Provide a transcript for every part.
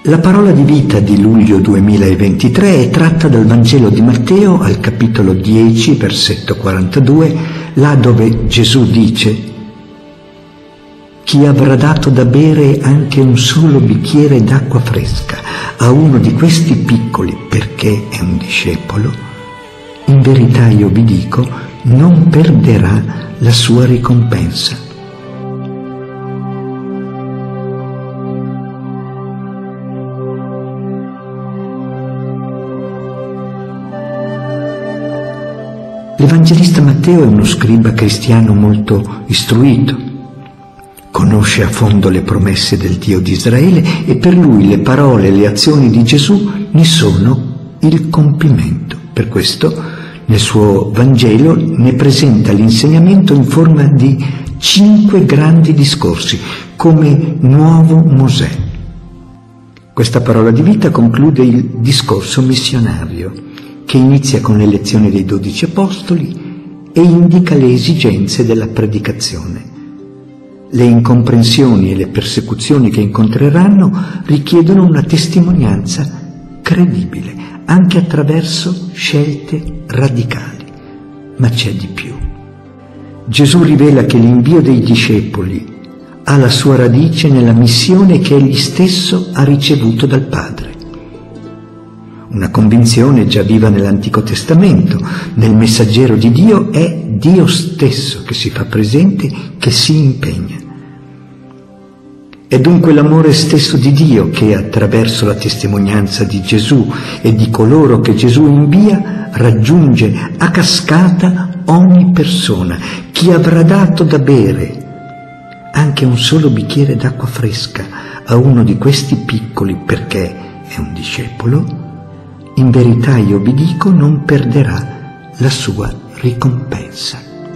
La parola di vita di luglio 2023 è tratta dal Vangelo di Matteo al capitolo 10, versetto 42, là dove Gesù dice: «Chi avrà dato da bere anche un solo bicchiere d'acqua fresca a uno di questi piccoli perché è un discepolo, in verità io vi dico, non perderà la sua ricompensa». L'Evangelista Matteo è uno scriba cristiano molto istruito, conosce a fondo le promesse del Dio di Israele e per lui le parole e le azioni di Gesù ne sono il compimento. Per questo nel suo Vangelo ne presenta l'insegnamento in forma di 5 grandi discorsi, come nuovo Mosè. Questa parola di vita conclude il discorso missionario, che inizia con l'elezione dei 12 apostoli e indica le esigenze della predicazione. Le incomprensioni e le persecuzioni che incontreranno richiedono una testimonianza credibile, anche attraverso scelte radicali. Ma c'è di più. Gesù rivela che l'invio dei discepoli ha la sua radice nella missione che egli stesso ha ricevuto dal Padre. Una convinzione già viva nell'Antico Testamento. Nel messaggero di Dio è Dio stesso che si fa presente, che si impegna. È dunque l'amore stesso di Dio che, attraverso la testimonianza di Gesù e di coloro che Gesù invia, raggiunge a cascata ogni persona. Chi avrà dato da bere anche un solo bicchiere d'acqua fresca a uno di questi piccoli perché è un discepolo, in verità io vi dico, non perderà la sua ricompensa.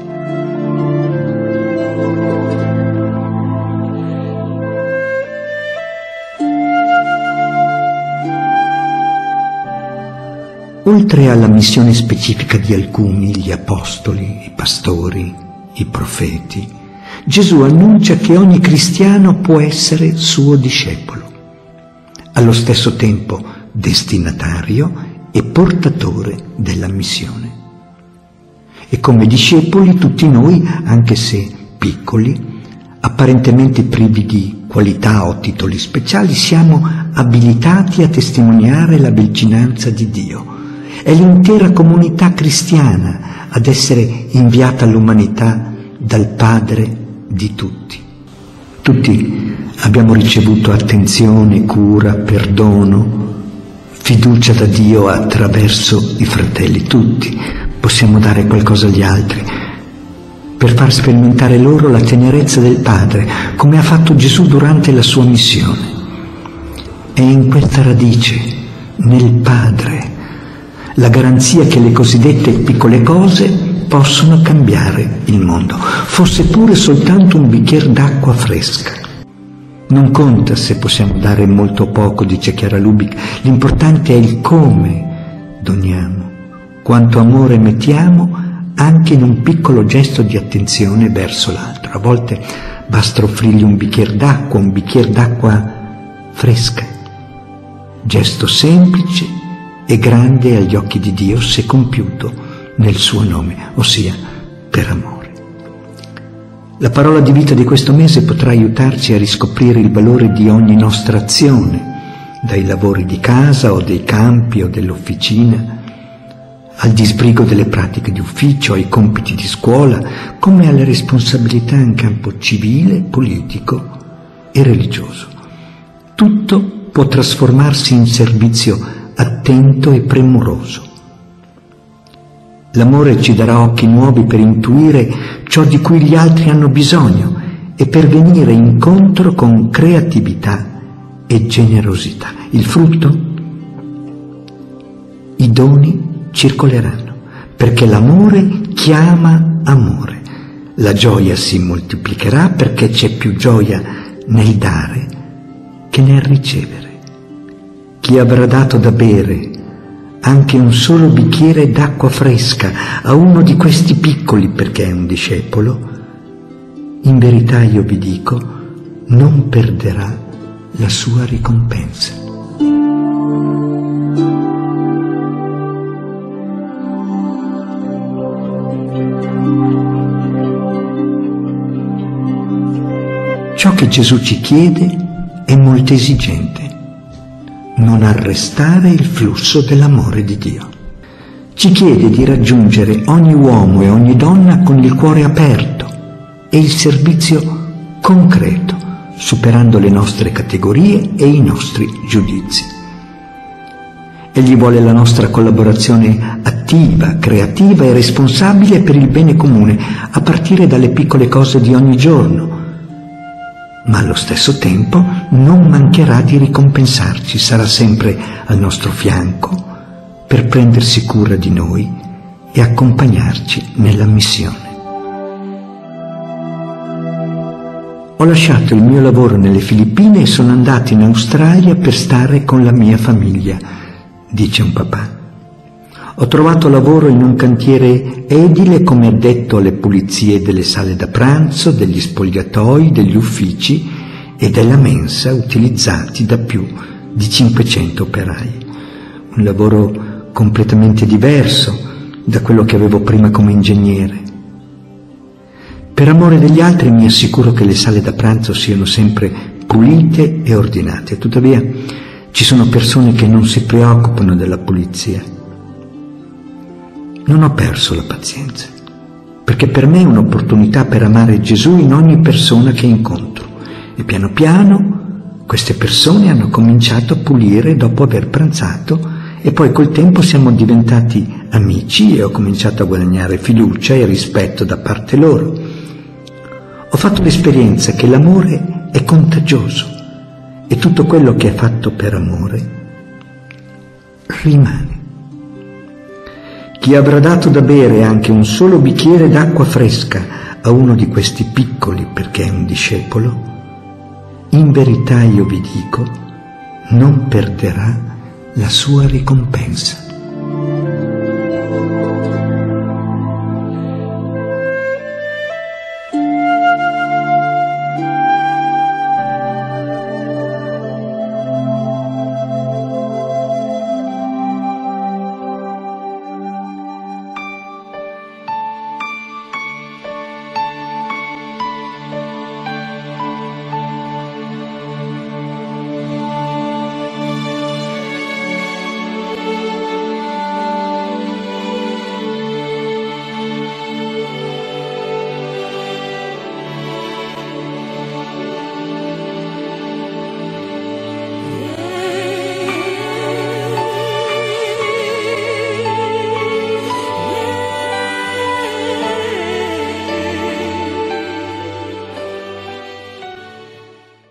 Oltre alla missione specifica di alcuni, gli apostoli, i pastori, i profeti, Gesù annuncia che ogni cristiano può essere suo discepolo. Allo stesso tempo destinatario e portatore della missione. E come discepoli tutti noi, anche se piccoli, apparentemente privi di qualità o titoli speciali, siamo abilitati a testimoniare la vicinanza di Dio. È l'intera comunità cristiana ad essere inviata all'umanità dal Padre di tutti. Tutti abbiamo ricevuto attenzione, cura, perdono, fiducia da Dio attraverso i fratelli. Tutti possiamo dare qualcosa agli altri per far sperimentare loro la tenerezza del Padre, come ha fatto Gesù durante la sua missione. È in questa radice, nel Padre, la garanzia che le cosiddette piccole cose possono cambiare il mondo, fosse pure soltanto un bicchiere d'acqua fresca. Non conta se possiamo dare molto o poco, dice Chiara Lubick, l'importante è il come doniamo, quanto amore mettiamo anche in un piccolo gesto di attenzione verso l'altro. A volte basta offrirgli un bicchiere d'acqua fresca. Gesto semplice e grande agli occhi di Dio se compiuto nel suo nome, ossia per amore. La parola di vita di questo mese potrà aiutarci a riscoprire il valore di ogni nostra azione, dai lavori di casa o dei campi o dell'officina, al disbrigo delle pratiche di ufficio, ai compiti di scuola, come alle responsabilità in campo civile, politico e religioso. Tutto può trasformarsi in servizio attento e premuroso. L'amore ci darà occhi nuovi per intuire ciò di cui gli altri hanno bisogno e per venire incontro con creatività e generosità. Il frutto? I doni circoleranno, perché l'amore chiama amore. La gioia si moltiplicherà perché c'è più gioia nel dare che nel ricevere. Chi avrà dato da bere anche un solo bicchiere d'acqua fresca a uno di questi piccoli perché è un discepolo, in verità io vi dico, non perderà la sua ricompensa. Ciò che Gesù ci chiede è molto esigente: non arrestare il flusso dell'amore di Dio. Ci chiede di raggiungere ogni uomo e ogni donna con il cuore aperto e il servizio concreto, superando le nostre categorie e i nostri giudizi. Egli vuole la nostra collaborazione attiva, creativa e responsabile per il bene comune, a partire dalle piccole cose di ogni giorno, ma allo stesso tempo non mancherà di ricompensarci, sarà sempre al nostro fianco per prendersi cura di noi e accompagnarci nella missione. Ho lasciato il mio lavoro nelle Filippine e sono andato in Australia per stare con la mia famiglia, dice un papà. Ho trovato lavoro in un cantiere edile come addetto alle pulizie delle sale da pranzo, degli spogliatoi, degli uffici e della mensa utilizzati da più di 500 operai. Un lavoro completamente diverso da quello che avevo prima come ingegnere. Per amore degli altri mi assicuro che le sale da pranzo siano sempre pulite e ordinate, tuttavia ci sono persone che non si preoccupano della pulizia. Non ho perso la pazienza, perché per me è un'opportunità per amare Gesù in ogni persona che incontro, e piano piano queste persone hanno cominciato a pulire dopo aver pranzato, e poi col tempo siamo diventati amici e ho cominciato a guadagnare fiducia e rispetto da parte loro. Ho fatto l'esperienza che l'amore è contagioso e tutto quello che è fatto per amore rimane. Chi avrà dato da bere anche un solo bicchiere d'acqua fresca a uno di questi piccoli perché è un discepolo, in verità io vi dico, non perderà la sua ricompensa.